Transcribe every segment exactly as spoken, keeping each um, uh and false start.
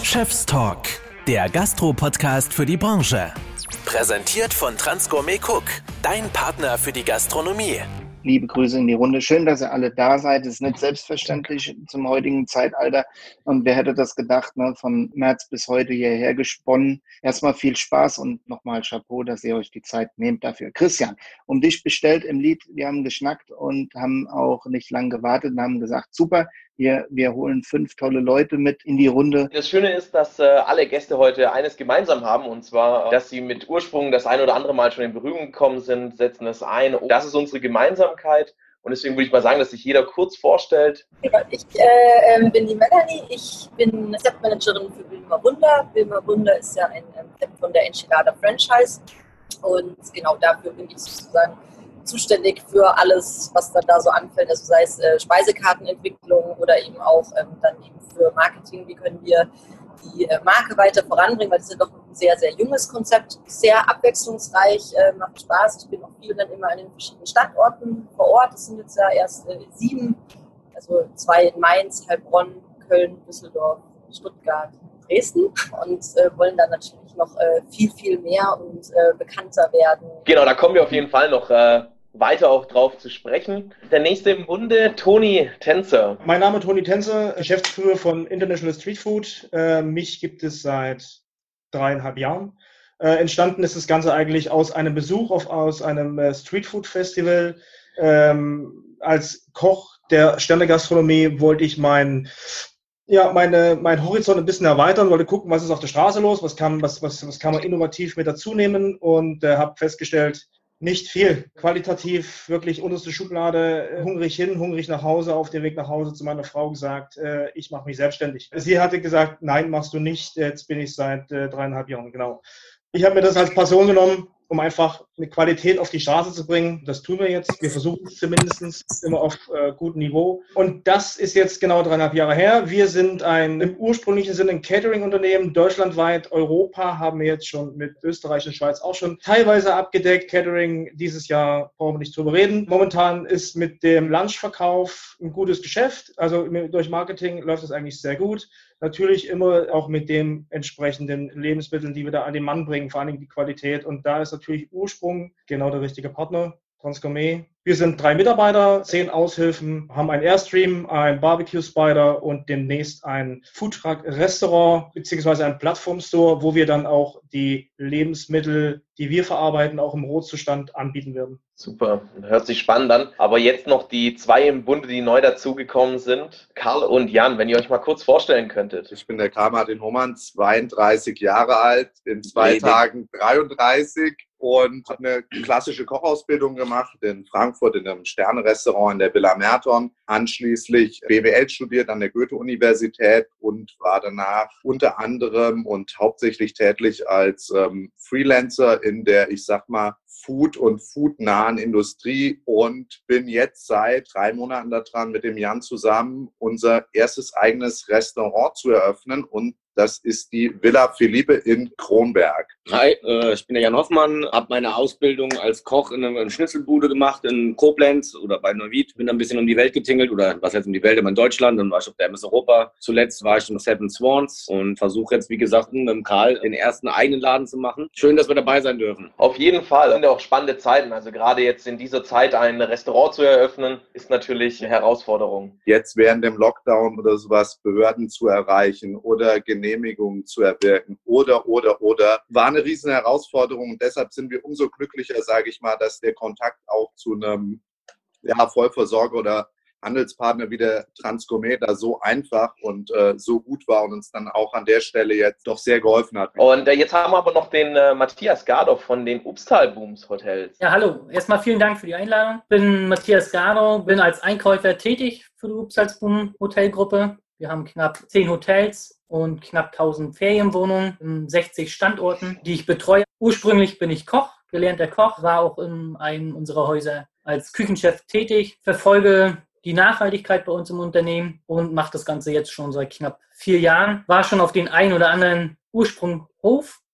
Chef's Talk, der Gastro-Podcast für die Branche. Präsentiert von Transgourmet Cook, dein Partner für die Gastronomie. Liebe Grüße in die Runde. Schön, dass ihr alle da seid. Es ist nicht selbstverständlich zum heutigen Zeitalter. Und wer hätte das gedacht, ne? Von März bis heute hierher gesponnen. Erstmal viel Spaß und nochmal Chapeau, dass ihr euch die Zeit nehmt dafür. Christian, um dich bestellt im Lied. Wir haben geschnackt und haben auch nicht lange gewartet und haben gesagt, super, wir, wir holen fünf tolle Leute mit in die Runde. Das Schöne ist, dass äh, alle Gäste heute eines gemeinsam haben, und zwar, dass sie mit Ursprung das ein oder andere Mal schon in Berührung gekommen sind, setzen es ein. Das ist unsere Gemeinsamkeit, und deswegen würde ich mal sagen, dass sich jeder kurz vorstellt. Ich äh, bin die Melanie, ich bin Rezeptmanagerin für Wilma Wunder. Wilma Wunder ist ja ein Rezept von der Enchilada Franchise, und genau dafür bin ich sozusagen zuständig für alles, was dann da so anfällt, also sei es äh, Speisekartenentwicklung oder eben auch ähm, dann eben für Marketing, wie können wir die äh, Marke weiter voranbringen, weil das ist ja doch ein sehr, sehr junges Konzept, sehr abwechslungsreich, äh, macht Spaß. Ich bin auch viel dann immer an den verschiedenen Standorten vor Ort, es sind jetzt ja erst äh, sieben, also zwei in Mainz, Heilbronn, Köln, Düsseldorf, Stuttgart, Dresden, und äh, wollen dann natürlich noch äh, viel, viel mehr und äh, bekannter werden. Genau, da kommen wir auf jeden Fall noch äh, weiter auch drauf zu sprechen. Der nächste im Bunde, Toni Tänzer. Mein Name ist Toni Tänzer, Geschäftsführer von International Street Food. Äh, mich gibt es seit dreieinhalb Jahren. Äh, entstanden ist das Ganze eigentlich aus einem Besuch auf, aus einem äh, Street Food Festival. Ähm, als Koch der Sternegastronomie wollte ich mein Ja, meine, mein Horizont ein bisschen erweitern, wollte gucken, was ist auf der Straße los, was kann, was, was, was kann man innovativ mit dazu nehmen, und äh, habe festgestellt, nicht viel. Qualitativ wirklich unterste Schublade, äh, hungrig hin, hungrig nach Hause, auf dem Weg nach Hause zu meiner Frau gesagt, äh, ich mache mich selbstständig. Sie hatte gesagt, nein, machst du nicht, jetzt bin ich seit äh, dreieinhalb Jahren, genau. Ich habe mir das als Passion genommen, um einfach eine Qualität auf die Straße zu bringen. Das tun wir jetzt. Wir versuchen es zumindest immer auf äh, gutem Niveau. Und das ist jetzt genau dreieinhalb Jahre her. Wir sind ein im ursprünglichen Sinne ein Catering-Unternehmen. Deutschlandweit, Europa haben wir jetzt schon mit Österreich und Schweiz auch schon teilweise abgedeckt. Catering dieses Jahr brauchen wir nicht drüber reden. Momentan ist mit dem Lunchverkauf ein gutes Geschäft. Also durch Marketing läuft es eigentlich sehr gut. Natürlich immer auch mit den entsprechenden Lebensmitteln, die wir da an den Mann bringen, vor allem die Qualität. Und da ist natürlich Ursprung genau der richtige Partner, Transgourmet. Wir sind drei Mitarbeiter, zehn Aushilfen, haben ein Airstream, ein Barbecue Spider und demnächst ein Foodtruck-Restaurant beziehungsweise ein Plattformstore, wo wir dann auch die Lebensmittel, die wir verarbeiten, auch im Rohzustand anbieten werden. Super, hört sich spannend an. Aber jetzt noch die zwei im Bunde, die neu dazugekommen sind. Karl und Jan, wenn ihr euch mal kurz vorstellen könntet. Ich bin der Karl-Martin Hohmann, zweiunddreißig Jahre alt, in zwei Ledig. Tagen dreiunddreißig und habe eine klassische Kochausbildung gemacht in Frankfurt in einem Sterne-Restaurant in der Villa Merton. Anschließend B W L studiert an der Goethe-Universität und war danach unter anderem und hauptsächlich tätig als ähm, Freelancer in der, ich sag mal, Food- und foodnahen Industrie und bin jetzt seit drei Monaten daran, mit dem Jan zusammen unser erstes eigenes Restaurant zu eröffnen, und das ist die Villa Felipe in Kronberg. Hi, äh, ich bin der Jan Hoffmann, habe meine Ausbildung als Koch in einer Schnitzelbude gemacht in Koblenz oder bei Neuwied. Bin ein bisschen um die Welt getingelt, oder was heißt um die Welt, aber in Deutschland. Dann war ich auf der M S Europa. Zuletzt war ich im Seven Swans und versuche jetzt, wie gesagt, mit dem Karl den ersten eigenen Laden zu machen. Schön, dass wir dabei sein dürfen. Auf jeden Fall. Sind ja auch spannende Zeiten. Also gerade jetzt in dieser Zeit ein Restaurant zu eröffnen, ist natürlich eine Herausforderung. Jetzt während dem Lockdown oder sowas Behörden zu erreichen oder Genehmigungen zu erwirken oder, oder, oder, war eine riesen Herausforderung, und deshalb sind wir umso glücklicher, sage ich mal, dass der Kontakt auch zu einem ja, Vollversorger oder Handelspartner wie der Transgourmet da so einfach und äh, so gut war und uns dann auch an der Stelle jetzt doch sehr geholfen hat. Und äh, jetzt haben wir aber noch den äh, Matthias Gardow von den Upstal-Booms Hotels. Ja, hallo. Erstmal vielen Dank für die Einladung. Ich bin Matthias Gardow, bin als Einkäufer tätig für die Upstal-Boom Hotelgruppe. Wir haben knapp zehn Hotels und knapp tausend Ferienwohnungen in sechzig Standorten, die ich betreue. Ursprünglich bin ich Koch, gelernter Koch, war auch in einem unserer Häuser als Küchenchef tätig, verfolge die Nachhaltigkeit bei uns im Unternehmen und mache das Ganze jetzt schon seit knapp vier Jahren. War schon auf den einen oder anderen Ursprunghof,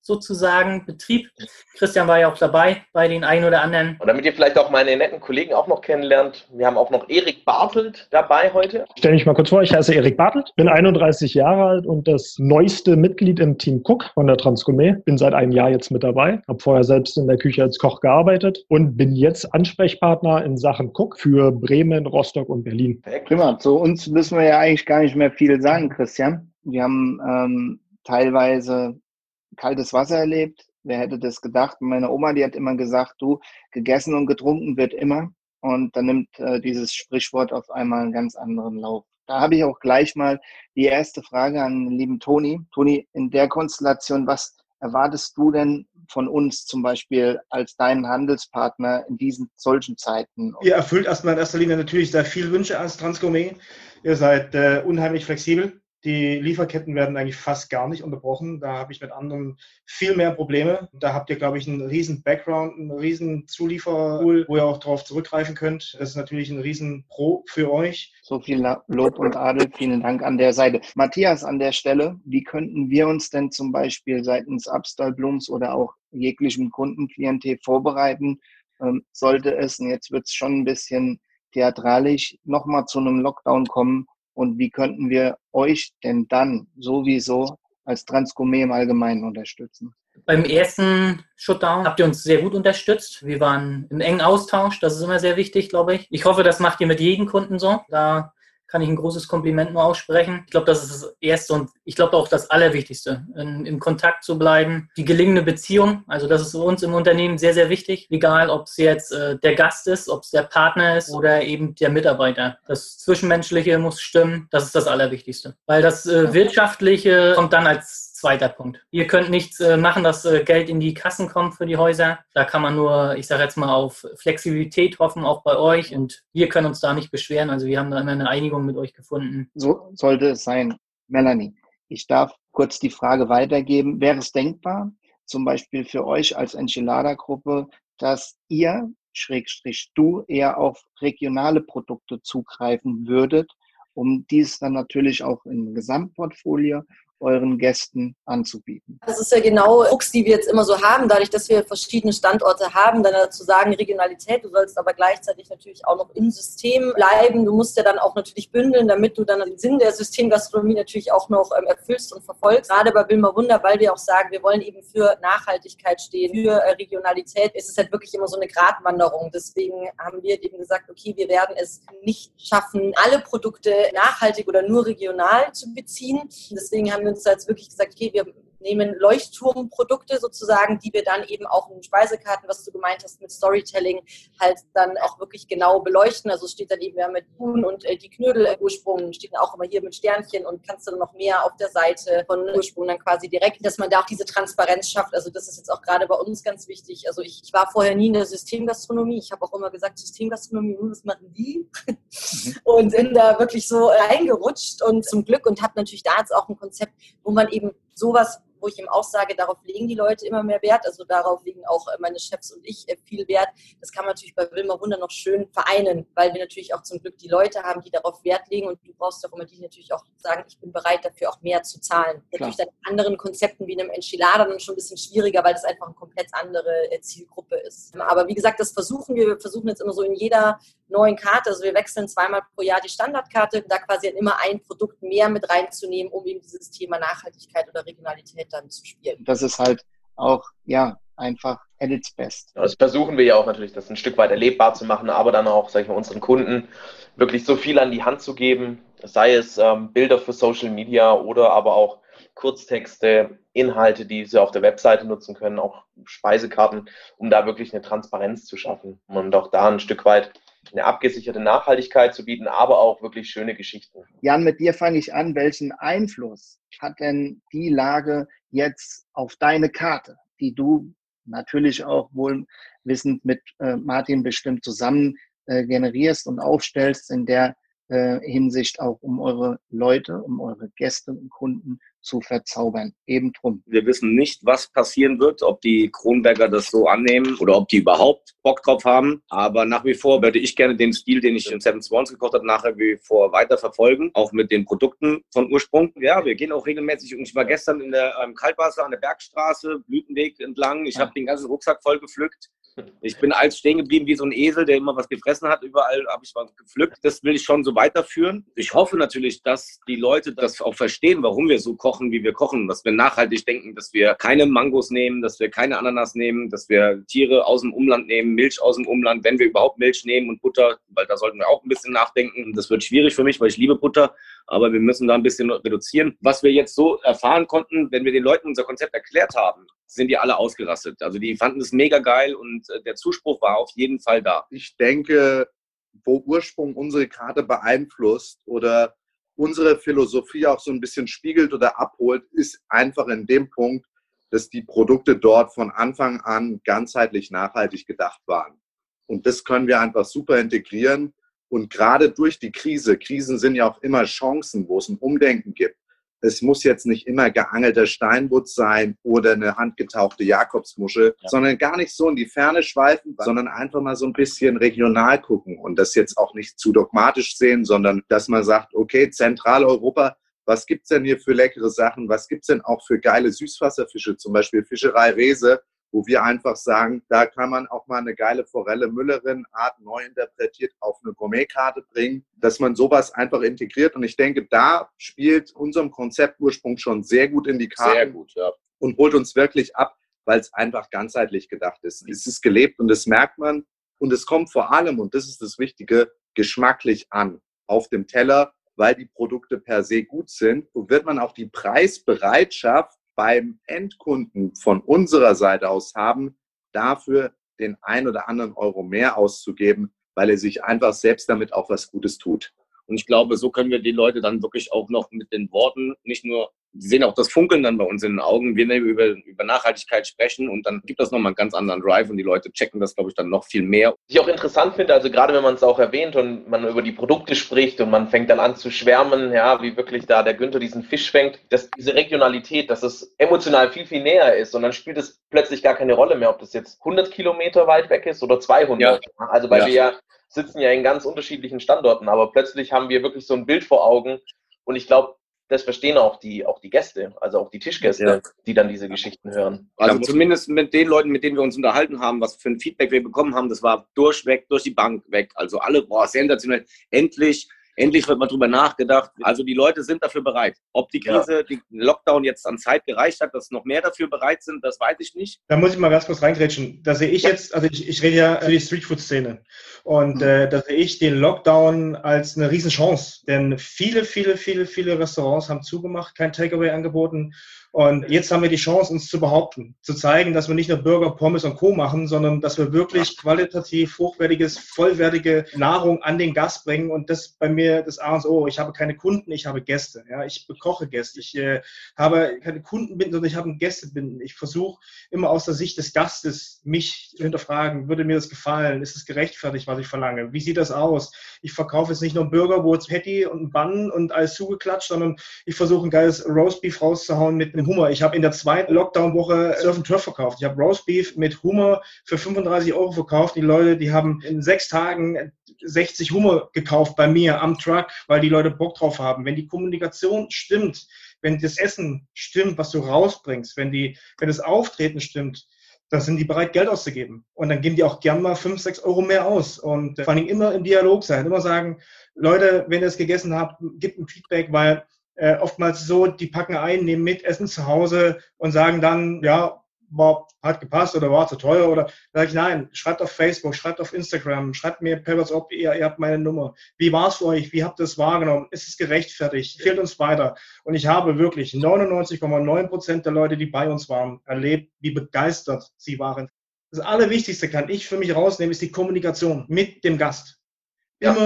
sozusagen Betrieb. Christian war ja auch dabei bei den ein oder anderen. Und damit ihr vielleicht auch meine netten Kollegen auch noch kennenlernt, wir haben auch noch Erik Bartelt dabei heute. Stell mich mal kurz vor, ich heiße Erik Bartelt, bin einunddreißig Jahre alt und das neueste Mitglied im Team Cook von der Transgourmet. Bin seit einem Jahr jetzt mit dabei, habe vorher selbst in der Küche als Koch gearbeitet und bin jetzt Ansprechpartner in Sachen Cook für Bremen, Rostock und Berlin. Prima, zu uns müssen wir ja eigentlich gar nicht mehr viel sagen, Christian. Wir haben ähm, teilweise kaltes Wasser erlebt. Wer hätte das gedacht? Meine Oma, die hat immer gesagt, du, gegessen und getrunken wird immer. Und dann nimmt äh, dieses Sprichwort auf einmal einen ganz anderen Lauf. Da habe ich auch gleich mal die erste Frage an den lieben Toni. Toni, in der Konstellation, was erwartest du denn von uns zum Beispiel als deinen Handelspartner in diesen solchen Zeiten? Ihr erfüllt erstmal in erster Linie natürlich sehr viele Wünsche als Transgourmet. Ihr seid äh, unheimlich flexibel. Die Lieferketten werden eigentlich fast gar nicht unterbrochen. Da habe ich mit anderen viel mehr Probleme. Da habt ihr, glaube ich, einen riesen Background, einen riesen Zulieferpool, wo ihr auch darauf zurückgreifen könnt. Das ist natürlich ein riesen Pro für euch. So viel Lob und Adel. Vielen Dank an der Seite. Matthias, an der Stelle, wie könnten wir uns denn zum Beispiel seitens Upstyle Blooms oder auch jeglichem Kundenklientel vorbereiten? Ähm, sollte es, und jetzt wird es schon ein bisschen theatralisch, nochmal zu einem Lockdown kommen? Und wie könnten wir euch denn dann sowieso als Transgourmet im Allgemeinen unterstützen? Beim ersten Shutdown habt ihr uns sehr gut unterstützt. Wir waren im engen Austausch. Das ist immer sehr wichtig, glaube ich. Ich hoffe, das macht ihr mit jedem Kunden so. Da kann ich ein großes Kompliment nur aussprechen. Ich glaube, das ist das Erste und ich glaube auch das Allerwichtigste, in, im Kontakt zu bleiben. Die gelingende Beziehung, also das ist für uns im Unternehmen sehr, sehr wichtig. Egal, ob es jetzt äh, der Gast ist, ob es der Partner ist oder eben der Mitarbeiter. Das Zwischenmenschliche muss stimmen, das ist das Allerwichtigste. Weil das äh, Wirtschaftliche kommt dann als zweiter Punkt. Ihr könnt nichts äh, machen, dass äh, Geld in die Kassen kommt für die Häuser. Da kann man nur, ich sage jetzt mal, auf Flexibilität hoffen, auch bei euch. Und wir können uns da nicht beschweren. Also wir haben da immer eine Einigung mit euch gefunden. So sollte es sein. Melanie, ich darf kurz die Frage weitergeben. Wäre es denkbar, zum Beispiel für euch als Enchilada-Gruppe, dass ihr, Schrägstrich du, eher auf regionale Produkte zugreifen würdet, um dies dann natürlich auch im Gesamtportfolio euren Gästen anzubieten? Das ist ja genau die Krux, die wir jetzt immer so haben, dadurch, dass wir verschiedene Standorte haben, dann dazu sagen Regionalität, du sollst aber gleichzeitig natürlich auch noch im System bleiben. Du musst ja dann auch natürlich bündeln, damit du dann den Sinn der Systemgastronomie natürlich auch noch ähm, erfüllst und verfolgst. Gerade bei Wilma Wunder, weil wir auch sagen, wir wollen eben für Nachhaltigkeit stehen, für äh, Regionalität, ist es halt wirklich immer so eine Gratwanderung. Deswegen haben wir eben gesagt, okay, wir werden es nicht schaffen, alle Produkte nachhaltig oder nur regional zu beziehen. Deswegen haben wir uns jetzt wirklich gesagt, okay, wir nehmen Leuchtturmprodukte sozusagen, die wir dann eben auch in Speisekarten, was du gemeint hast, mit Storytelling halt dann auch wirklich genau beleuchten. Also steht dann eben, wir haben mit Huhn und äh, die Knödel äh, Ursprung, steht dann auch immer hier mit Sternchen und kannst dann noch mehr auf der Seite von Ursprung dann quasi direkt, dass man da auch diese Transparenz schafft. Also das ist jetzt auch gerade bei uns ganz wichtig. Also ich, ich war vorher nie in der Systemgastronomie. Ich habe auch immer gesagt, Systemgastronomie, was machen die? Und bin da wirklich so reingerutscht und zum Glück und habe natürlich da jetzt auch ein Konzept, wo man eben sowas, wo ich ihm auch sage, darauf legen die Leute immer mehr Wert, also darauf legen auch meine Chefs und ich viel Wert. Das kann man natürlich bei Wilma Wunder noch schön vereinen, weil wir natürlich auch zum Glück die Leute haben, die darauf Wert legen und du brauchst auch immer die natürlich auch sagen, ich bin bereit dafür auch mehr zu zahlen. Klar. Natürlich dann in anderen Konzepten wie einem Enchilada dann schon ein bisschen schwieriger, weil das einfach eine komplett andere Zielgruppe ist. Aber wie gesagt, das versuchen wir, wir versuchen jetzt immer so in jeder neuen Karte, also wir wechseln zweimal pro Jahr die Standardkarte, da quasi immer ein Produkt mehr mit reinzunehmen, um eben dieses Thema Nachhaltigkeit oder Regionalität dann zu spielen. Das ist halt auch, ja, einfach at its best. Das versuchen wir ja auch natürlich, das ein Stück weit erlebbar zu machen, aber dann auch, sag ich mal, unseren Kunden wirklich so viel an die Hand zu geben, sei es ähm, Bilder für Social Media oder aber auch Kurztexte, Inhalte, die sie auf der Webseite nutzen können, auch Speisekarten, um da wirklich eine Transparenz zu schaffen und auch da ein Stück weit eine abgesicherte Nachhaltigkeit zu bieten, aber auch wirklich schöne Geschichten. Jan, mit dir fange ich an. Welchen Einfluss hat denn die Lage jetzt auf deine Karte, die du natürlich auch wohl wissend mit äh, Martin bestimmt zusammen äh, generierst und aufstellst, in der äh, Hinsicht auch, um eure Leute, um eure Gäste und Kunden zu verzaubern. Eben drum. Wir wissen nicht, was passieren wird, ob die Kronberger das so annehmen oder ob die überhaupt Bock drauf haben. Aber nach wie vor würde ich gerne den Stil, den ich in Seven Swans gekocht habe, nachher wie vor weiter verfolgen. Auch mit den Produkten von Ursprung. Ja, wir gehen auch regelmäßig. Und ich war gestern in der ähm, Kaltwasser an der Bergstraße, Blütenweg entlang. Ich habe den ganzen Rucksack voll gepflückt. Ich bin als stehen geblieben wie so ein Esel, der immer was gefressen hat. Überall habe ich was gepflückt. Das will ich schon so weiterführen. Ich hoffe natürlich, dass die Leute das auch verstehen, warum wir so kochen, wie wir kochen. Dass wir nachhaltig denken, dass wir keine Mangos nehmen, dass wir keine Ananas nehmen, dass wir Tiere aus dem Umland nehmen, Milch aus dem Umland, wenn wir überhaupt Milch nehmen und Butter, weil da sollten wir auch ein bisschen nachdenken. Das wird schwierig für mich, weil ich liebe Butter, aber wir müssen da ein bisschen reduzieren. Was wir jetzt so erfahren konnten, wenn wir den Leuten unser Konzept erklärt haben, sind die alle ausgerastet. Also die fanden es mega geil und der Zuspruch war auf jeden Fall da. Ich denke, wo Ursprung unsere Karte beeinflusst oder unsere Philosophie auch so ein bisschen spiegelt oder abholt, ist einfach in dem Punkt, dass die Produkte dort von Anfang an ganzheitlich nachhaltig gedacht waren. Und das können wir einfach super integrieren. Und gerade durch die Krise, Krisen sind ja auch immer Chancen, wo es ein Umdenken gibt. Es muss jetzt nicht immer geangelter Steinbutt sein oder eine handgetauchte Jakobsmuschel, ja. sondern gar nicht so in die Ferne schweifen, sondern einfach mal so ein bisschen regional gucken und das jetzt auch nicht zu dogmatisch sehen, sondern dass man sagt, okay, Zentraleuropa, was gibt's denn hier für leckere Sachen? Was gibt's denn auch für geile Süßwasserfische, zum Beispiel Fischerei Reese, wo wir einfach sagen, da kann man auch mal eine geile Forelle Müllerin-Art neu interpretiert auf eine Gourmetkarte bringen, dass man sowas einfach integriert. Und ich denke, da spielt unserem Konzeptursprung schon sehr gut in die Karte. Sehr gut, ja. Und holt uns wirklich ab, weil es einfach ganzheitlich gedacht ist. Es ist gelebt und das merkt man. Und es kommt vor allem, und das ist das Wichtige, geschmacklich an auf dem Teller, weil die Produkte per se gut sind. So wird man auch die Preisbereitschaft beim Endkunden von unserer Seite aus haben, dafür den ein oder anderen Euro mehr auszugeben, weil er sich einfach selbst damit auch was Gutes tut. Und ich glaube, so können wir die Leute dann wirklich auch noch mit den Worten nicht nur, die sehen auch das Funkeln dann bei uns in den Augen, wenn wir über, über Nachhaltigkeit sprechen und dann gibt das nochmal einen ganz anderen Drive und die Leute checken das, glaube ich, dann noch viel mehr. Was ich auch interessant finde, also gerade wenn man es auch erwähnt und man über die Produkte spricht und man fängt dann an zu schwärmen, ja, wie wirklich da der Günther diesen Fisch fängt, dass diese Regionalität, dass es emotional viel, viel näher ist und dann spielt es plötzlich gar keine Rolle mehr, ob das jetzt hundert Kilometer weit weg ist oder zweihundert. Ja. Also weil ja. wir ja sitzen ja in ganz unterschiedlichen Standorten, aber plötzlich haben wir wirklich so ein Bild vor Augen und ich glaube, das verstehen auch die, auch die Gäste, also auch die Tischgäste, ja. die dann diese Geschichten hören. Also zumindest mit den Leuten, mit denen wir uns unterhalten haben, was für ein Feedback wir bekommen haben, das war durchweg, durch die Bank weg. Also alle, boah, sensationell, endlich, endlich wird mal drüber nachgedacht. Also die Leute sind dafür bereit. Ob die Krise, ja. die Lockdown jetzt an Zeit gereicht hat, dass noch mehr dafür bereit sind, das weiß ich nicht. Da muss ich mal ganz kurz reingrätschen. Da sehe ich ja. jetzt, also ich, ich rede ja für die Streetfood-Szene und mhm. äh, da sehe ich den Lockdown als eine Riesenchance, denn viele, viele, viele, viele Restaurants haben zugemacht, kein Takeaway angeboten. Und jetzt haben wir die Chance, uns zu behaupten, zu zeigen, dass wir nicht nur Burger, Pommes und Co. machen, sondern dass wir wirklich qualitativ hochwertiges, vollwertige Nahrung an den Gast bringen. Und das bei mir das A und O. Ich habe keine Kunden, ich habe Gäste. Ja, ich bekoche Gäste. Ich äh, habe keine Kundenbinden, sondern ich habe einen Gästebinden. Ich versuche immer aus der Sicht des Gastes mich zu hinterfragen. Würde mir das gefallen? Ist es gerechtfertigt, was ich verlange? Wie sieht das aus? Ich verkaufe jetzt nicht nur einen Burger, wo es Patty und ein Bun und alles zugeklatscht, sondern ich versuche ein geiles Roastbeef rauszuhauen mit einem Hummer. Ich habe in der zweiten Lockdown-Woche Surf and Turf verkauft. Ich habe Roastbeef mit Hummer für fünfunddreißig Euro verkauft. Die Leute, die haben in sechs Tagen sechzig Hummer gekauft bei mir am Truck, weil die Leute Bock drauf haben. Wenn die Kommunikation stimmt, wenn das Essen stimmt, was du rausbringst, wenn die, wenn das Auftreten stimmt, dann sind die bereit, Geld auszugeben. Und dann geben die auch gern mal fünf, sechs Euro mehr aus. Und vor allem immer im Dialog sein. Immer sagen, Leute, wenn ihr es gegessen habt, gebt ein Feedback, weil Äh, oftmals so, die packen ein, nehmen mit, essen zu Hause und sagen dann, ja, war, hat gepasst oder war zu teuer oder sage ich, nein, schreibt auf Facebook, schreibt auf Instagram, schreibt mir per WhatsApp, ihr, ihr habt meine Nummer. Wie war es für euch? Wie habt ihr es wahrgenommen? Ist es gerechtfertigt? Fehlt uns weiter? Und ich habe wirklich neunundneunzig Komma neun Prozent der Leute, die bei uns waren, erlebt, wie begeistert sie waren. Das Allerwichtigste kann ich für mich rausnehmen, ist die Kommunikation mit dem Gast. Immer ja.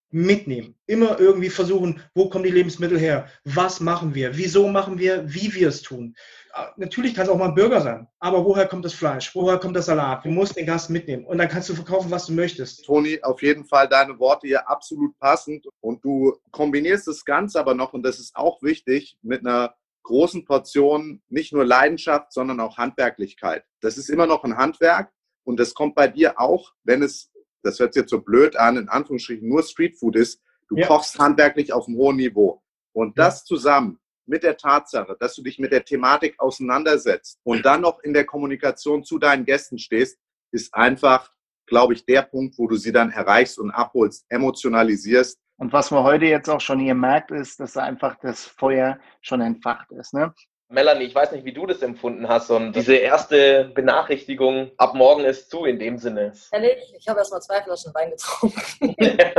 mitnehmen. Immer irgendwie versuchen, wo kommen die Lebensmittel her? Was machen wir? Wieso machen wir, wie wir es tun? Natürlich kann es auch mal ein Burger sein, aber woher kommt das Fleisch? Woher kommt der Salat? Du musst den Gast mitnehmen und dann kannst du verkaufen, was du möchtest. Toni, auf jeden Fall deine Worte hier absolut passend und du kombinierst das Ganze aber noch, und das ist auch wichtig, mit einer großen Portion nicht nur Leidenschaft, sondern auch Handwerklichkeit. Das ist immer noch ein Handwerk und das kommt bei dir auch, wenn es, das hört sich jetzt so blöd an, in Anführungsstrichen nur Streetfood ist, du ja. kochst handwerklich auf einem hohen Niveau. Und das ja. zusammen mit der Tatsache, dass du dich mit der Thematik auseinandersetzt und dann noch in der Kommunikation zu deinen Gästen stehst, ist einfach, glaube ich, der Punkt, wo du sie dann erreichst und abholst, emotionalisierst. Und was man heute jetzt auch schon hier merkt, ist, dass einfach das Feuer schon entfacht ist, ne? Melanie, ich weiß nicht, wie du das empfunden hast und diese erste Benachrichtigung, ab morgen ist zu in dem Sinne. Ehrlich, ich habe erst mal zwei Flaschen Wein getrunken.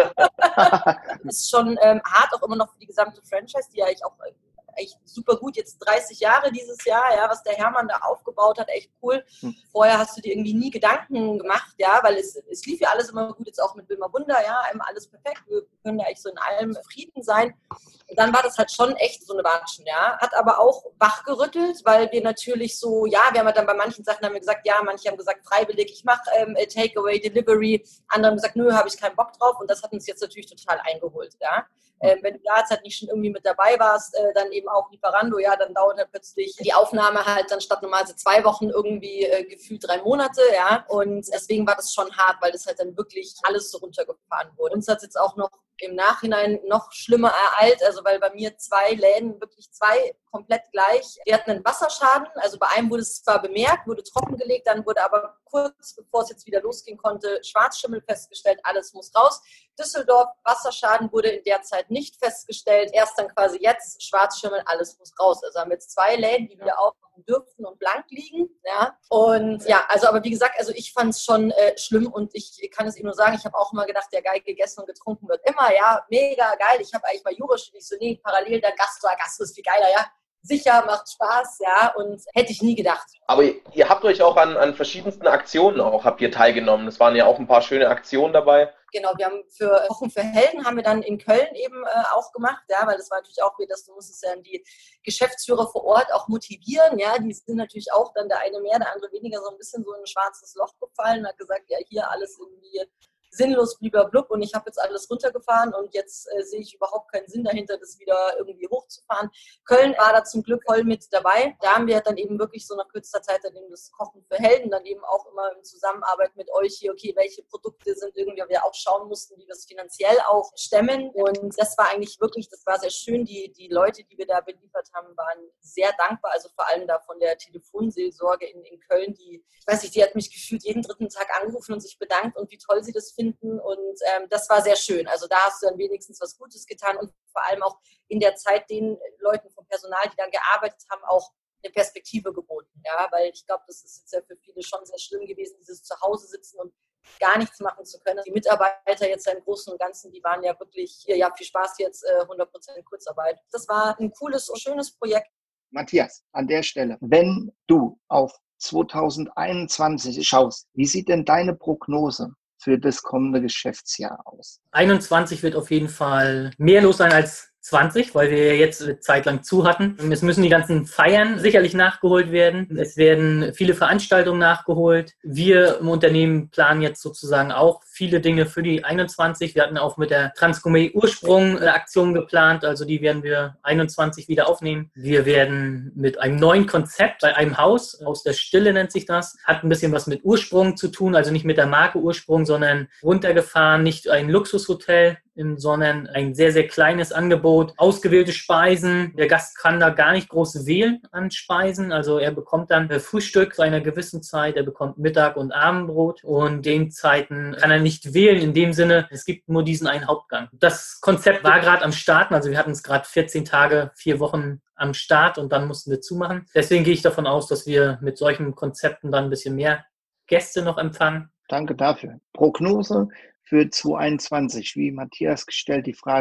Ist schon ähm, hart auch immer noch für die gesamte Franchise, die ja ich auch echt super gut, jetzt dreißig Jahre dieses Jahr, ja, was der Hermann da aufgebaut hat, echt cool. Hm. Vorher hast du dir irgendwie nie Gedanken gemacht, ja, weil es, es lief ja alles immer gut, jetzt auch mit Wilma Wunder, ja, immer alles perfekt, wir können ja echt so in allem Frieden sein. Und dann war das halt schon echt so eine Watschen, ja, hat aber auch wachgerüttelt, weil wir natürlich so, ja, wir haben halt dann bei manchen Sachen haben wir gesagt, ja, manche haben gesagt, freiwillig, ich mache ähm, Takeaway, Delivery, andere haben gesagt, nö, habe ich keinen Bock drauf und das hat uns jetzt natürlich total eingeholt, ja. Ähm, wenn du da jetzt halt nicht schon irgendwie mit dabei warst, äh, dann eben auch Lieferando, ja, dann dauert halt plötzlich die Aufnahme halt dann statt normalerweise zwei Wochen irgendwie äh, gefühlt drei Monate, ja, und deswegen war das schon hart, weil das halt dann wirklich alles so runtergefahren wurde. Uns hat es jetzt auch noch im Nachhinein noch schlimmer ereilt, also weil bei mir zwei Läden, wirklich zwei komplett gleich, die hatten einen Wasserschaden, also bei einem wurde es zwar bemerkt, wurde trockengelegt, dann wurde aber kurz bevor es jetzt wieder losgehen konnte, Schwarzschimmel festgestellt, alles muss raus. Düsseldorf, Wasserschaden wurde in der Zeit nicht festgestellt, erst dann quasi jetzt Schwarzschimmel, alles muss raus. Also haben wir jetzt zwei Läden, die wieder aufmachen dürfen und blank liegen, ja, und ja, also aber wie gesagt, also ich fand es schon äh, schlimm und ich kann es Ihnen nur sagen, ich habe auch immer gedacht, der geil gegessen und getrunken wird immer, ja, mega geil, ich habe eigentlich mal Jura studiert, ich so, nee, parallel der Gastro, Gastro ist viel geiler, ja, sicher, macht Spaß, ja, und hätte ich nie gedacht. Aber ihr, ihr habt euch auch an, an verschiedensten Aktionen auch, habt ihr teilgenommen, es waren ja auch ein paar schöne Aktionen dabei. Genau, wir haben für Kochen für Helden haben wir dann in Köln eben äh, auch gemacht, ja, weil das war natürlich auch wieder, dass du musstest ja die Geschäftsführer vor Ort auch motivieren, ja, die sind natürlich auch dann der eine mehr, der andere weniger so ein bisschen so in ein schwarzes Loch gefallen, hat gesagt, ja, hier alles irgendwie sinnlos blub und ich habe jetzt alles runtergefahren und jetzt äh, sehe ich überhaupt keinen Sinn dahinter, das wieder irgendwie hochzufahren. Köln war da zum Glück voll mit dabei. Da haben wir dann eben wirklich so nach kürzester Zeit dann eben das Kochen für Helden, dann eben auch immer in Zusammenarbeit mit euch hier, okay, welche Produkte sind irgendwie, wir auch schauen mussten, wie wir es finanziell auch stemmen und das war eigentlich wirklich, das war sehr schön. Die, die Leute, die wir da beliefert haben, waren sehr dankbar, also vor allem da von der Telefonseelsorge in, in Köln, die, ich weiß nicht, die hat mich gefühlt jeden dritten Tag angerufen und sich bedankt und wie toll sie das finden und ähm, das war sehr schön. Also da hast du dann wenigstens was Gutes getan und vor allem auch in der Zeit den Leuten vom Personal, die dann gearbeitet haben, auch eine Perspektive geboten. Ja, weil ich glaube, das ist jetzt ja für viele schon sehr schlimm gewesen, dieses Zuhause sitzen und gar nichts machen zu können. Die Mitarbeiter jetzt im Großen und Ganzen, die waren ja wirklich, hier, ja, viel Spaß jetzt, äh, hundert Prozent Kurzarbeit. Das war ein cooles und schönes Projekt. Matthias, an der Stelle, wenn du auf zwanzig einundzwanzig schaust, wie sieht denn deine Prognose für das kommende Geschäftsjahr aus? einundzwanzig wird auf jeden Fall mehr los sein als zwanzig, weil wir jetzt eine Zeit lang zu hatten. Es müssen die ganzen Feiern sicherlich nachgeholt werden. Es werden viele Veranstaltungen nachgeholt. Wir im Unternehmen planen jetzt sozusagen auch viele Dinge für die einundzwanzig. Wir hatten auch mit der Transgourmet Ursprung Aktion geplant, also die werden wir einundzwanzig wieder aufnehmen. Wir werden mit einem neuen Konzept bei einem Haus, Haus der Stille nennt sich das, hat ein bisschen was mit Ursprung zu tun, also nicht mit der Marke Ursprung, sondern runtergefahren, nicht ein Luxushotel, sondern ein sehr, sehr kleines Angebot, ausgewählte Speisen. Der Gast kann da gar nicht groß wählen an Speisen. Also er bekommt dann Frühstück zu einer gewissen Zeit, er bekommt Mittag- und Abendbrot und den Zeiten kann er nicht wählen. In dem Sinne, es gibt nur diesen einen Hauptgang. Das Konzept war gerade am Starten, also wir hatten es gerade vierzehn Tage, vier Wochen am Start und dann mussten wir zumachen. Deswegen gehe ich davon aus, dass wir mit solchen Konzepten dann ein bisschen mehr Gäste noch empfangen. Danke dafür. Prognose für zwanzig einundzwanzig, wie Matthias gestellt, die Frage,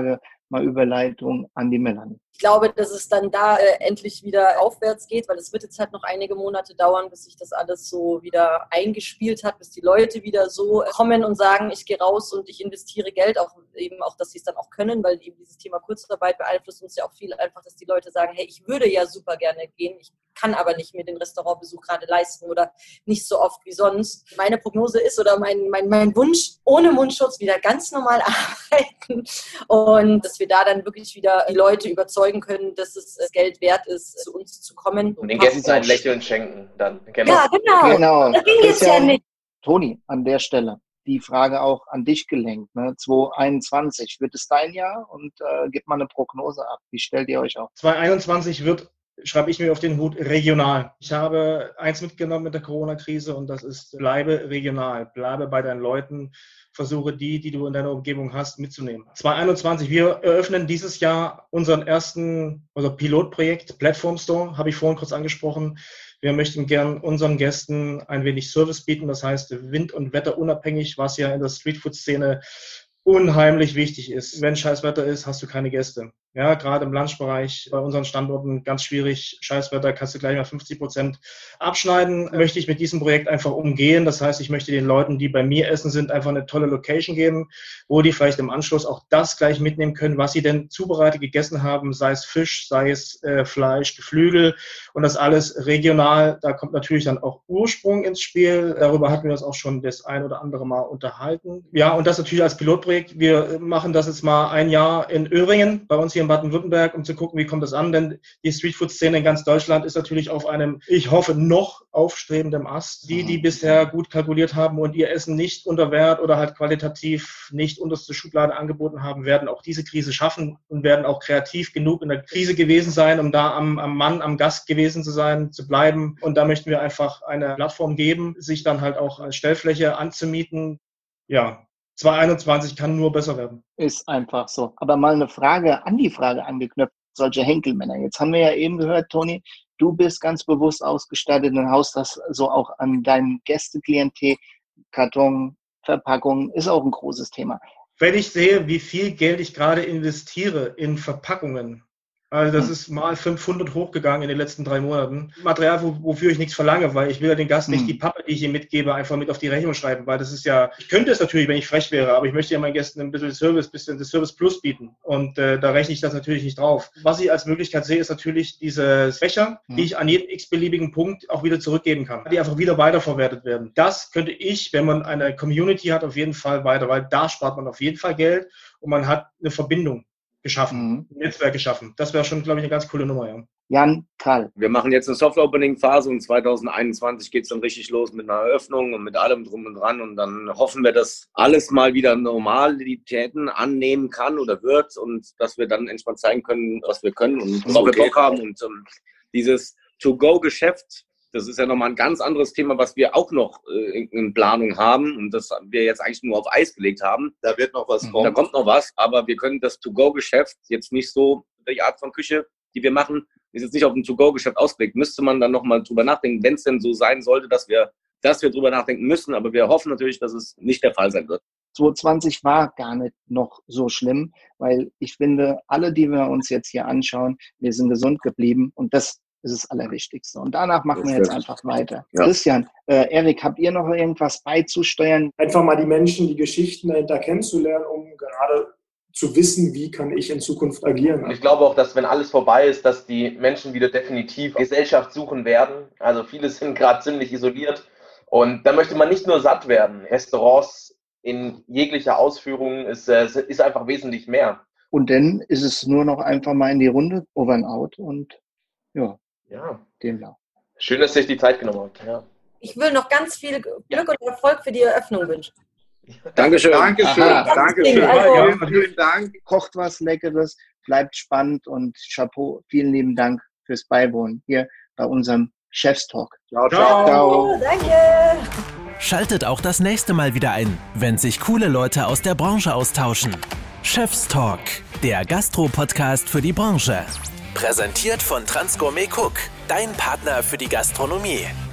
mal Überleitung an die Melanie. Ich glaube, dass es dann da äh, endlich wieder aufwärts geht, weil es wird jetzt halt noch einige Monate dauern, bis sich das alles so wieder eingespielt hat, bis die Leute wieder so kommen und sagen, ich gehe raus und ich investiere Geld, auch eben auch, dass sie es dann auch können, weil eben dieses Thema Kurzarbeit beeinflusst uns ja auch viel einfach, dass die Leute sagen, hey, ich würde ja super gerne gehen, ich kann aber nicht mir den Restaurantbesuch gerade leisten oder nicht so oft wie sonst. Meine Prognose ist oder mein, mein, mein Wunsch, ohne Mundschutz wieder ganz normal arbeiten und dass wir da dann wirklich wieder die Leute überzeugen können, dass es das Geld wert ist, zu uns zu kommen. Und den Gästen ein Lächeln schenken dann. Genau. Ja, genau. genau. Das ging jetzt ja nicht. Toni, an der Stelle die Frage auch an dich gelenkt. Ne? zwanzig einundzwanzig, wird es dein Jahr? Und äh, gib mal eine Prognose ab. Wie stellt ihr euch auf? zwanzig einundzwanzig wird, schreibe ich mir auf den Hut, regional. Ich habe eins mitgenommen mit der Corona-Krise und das ist, bleibe regional. Bleibe bei deinen Leuten. Versuche die, die du in deiner Umgebung hast, mitzunehmen. zwanzig einundzwanzig, wir eröffnen dieses Jahr unseren ersten also Pilotprojekt, Platform Store, habe ich vorhin kurz angesprochen. Wir möchten gern unseren Gästen ein wenig Service bieten, das heißt wind- und wetterunabhängig, was ja in der Streetfood-Szene unheimlich wichtig ist. Wenn Scheißwetter ist, hast du keine Gäste. Ja, gerade im Lunchbereich bei unseren Standorten ganz schwierig. Scheißwetter kannst du gleich mal fünfzig Prozent abschneiden. Möchte ich mit diesem Projekt einfach umgehen. Das heißt, ich möchte den Leuten, die bei mir essen sind, einfach eine tolle Location geben, wo die vielleicht im Anschluss auch das gleich mitnehmen können, was sie denn zubereitet gegessen haben, sei es Fisch, sei es äh, Fleisch, Geflügel und das alles regional. Da kommt natürlich dann auch Ursprung ins Spiel. Darüber hatten wir uns auch schon das ein oder andere Mal unterhalten. Ja, und das natürlich als Pilotprojekt. Wir machen das jetzt mal ein Jahr in Öhringen, bei uns hier in Baden-Württemberg, um zu gucken, wie kommt das an. Denn die Streetfood-Szene in ganz Deutschland ist natürlich auf einem, ich hoffe, noch aufstrebenden Ast. Die, die bisher gut kalkuliert haben und ihr Essen nicht unter Wert oder halt qualitativ nicht unterste Schublade angeboten haben, werden auch diese Krise schaffen und werden auch kreativ genug in der Krise gewesen sein, um da am, am Mann, am Gast gewesen zu sein, zu bleiben. Und da möchten wir einfach eine Plattform geben, sich dann halt auch als Stellfläche anzumieten. Ja. zwanzig einundzwanzig kann nur besser werden. Ist einfach so. Aber mal eine Frage an die Frage angeknüpft, solche Henkelmänner. Jetzt haben wir ja eben gehört, Toni, du bist ganz bewusst ausgestattet und haust das so auch an dein Gästeklientel. Karton, Verpackung ist auch ein großes Thema. Wenn ich sehe, wie viel Geld ich gerade investiere in Verpackungen, also das ist mal fünfhundert hochgegangen in den letzten drei Monaten. Material, wo, wofür ich nichts verlange, weil ich will ja den Gast nicht die Pappe, die ich ihm mitgebe, einfach mit auf die Rechnung schreiben, weil das ist ja, ich könnte es natürlich, wenn ich frech wäre, aber ich möchte ja meinen Gästen ein bisschen Service, ein bisschen das Service Plus bieten und äh, da rechne ich das natürlich nicht drauf. Was ich als Möglichkeit sehe, ist natürlich diese Fächer, die ich an jedem x-beliebigen Punkt auch wieder zurückgeben kann, die einfach wieder weiterverwertet werden. Das könnte ich, wenn man eine Community hat, auf jeden Fall weiter, weil da spart man auf jeden Fall Geld und man hat eine Verbindung geschaffen, mhm. ein Netzwerk geschaffen. Das wäre schon, glaube ich, eine ganz coole Nummer, ja. Jan, Karl. Wir machen jetzt eine Soft-Opening-Phase und zwanzig einundzwanzig geht es dann richtig los mit einer Eröffnung und mit allem drum und dran und dann hoffen wir, dass alles mal wieder Normalitäten annehmen kann oder wird und dass wir dann entspannt zeigen können, was wir können und worauf wir Bock haben und um, dieses To-Go-Geschäft, das ist ja nochmal ein ganz anderes Thema, was wir auch noch äh, in Planung haben und das wir jetzt eigentlich nur auf Eis gelegt haben. Da wird noch was kommen. Da kommt noch was, aber wir können das To-Go-Geschäft jetzt nicht so, die Art von Küche, die wir machen, ist jetzt nicht auf ein To-Go-Geschäft ausgelegt. Müsste man dann nochmal drüber nachdenken, wenn es denn so sein sollte, dass wir, dass wir drüber nachdenken müssen. Aber wir hoffen natürlich, dass es nicht der Fall sein wird. zwanzig zwanzig war gar nicht noch so schlimm, weil ich finde, alle, die wir uns jetzt hier anschauen, wir sind gesund geblieben und das ist das Allerwichtigste. Und danach machen das wir jetzt einfach weiter. Ja. Christian, äh, Erik, habt ihr noch irgendwas beizusteuern? Einfach mal die Menschen, die Geschichten dahinter kennenzulernen, um gerade zu wissen, wie kann ich in Zukunft agieren. Ich glaube auch, dass wenn alles vorbei ist, dass die Menschen wieder definitiv Gesellschaft suchen werden. Also viele sind gerade ziemlich isoliert und da möchte man nicht nur satt werden. Restaurants in jeglicher Ausführung ist, äh, ist einfach wesentlich mehr. Und dann ist es nur noch einfach mal in die Runde, over and out und ja. Ja, demnach. Schön, dass ihr euch die Zeit genommen habt. Ja. Ich will noch ganz viel Glück und Erfolg für die Eröffnung wünschen. Dankeschön. Dankeschön. Aha. Dankeschön. Also, ja, vielen Dank. Kocht was Leckeres, bleibt spannend und Chapeau. Vielen lieben Dank fürs Beiwohnen hier bei unserem Chefstalk. Ciao, ciao. ciao. Oh, danke. Schaltet auch das nächste Mal wieder ein, wenn sich coole Leute aus der Branche austauschen. Chefstalk, der Gastro-Podcast für die Branche. Präsentiert von Transgourmet Cook, dein Partner für die Gastronomie.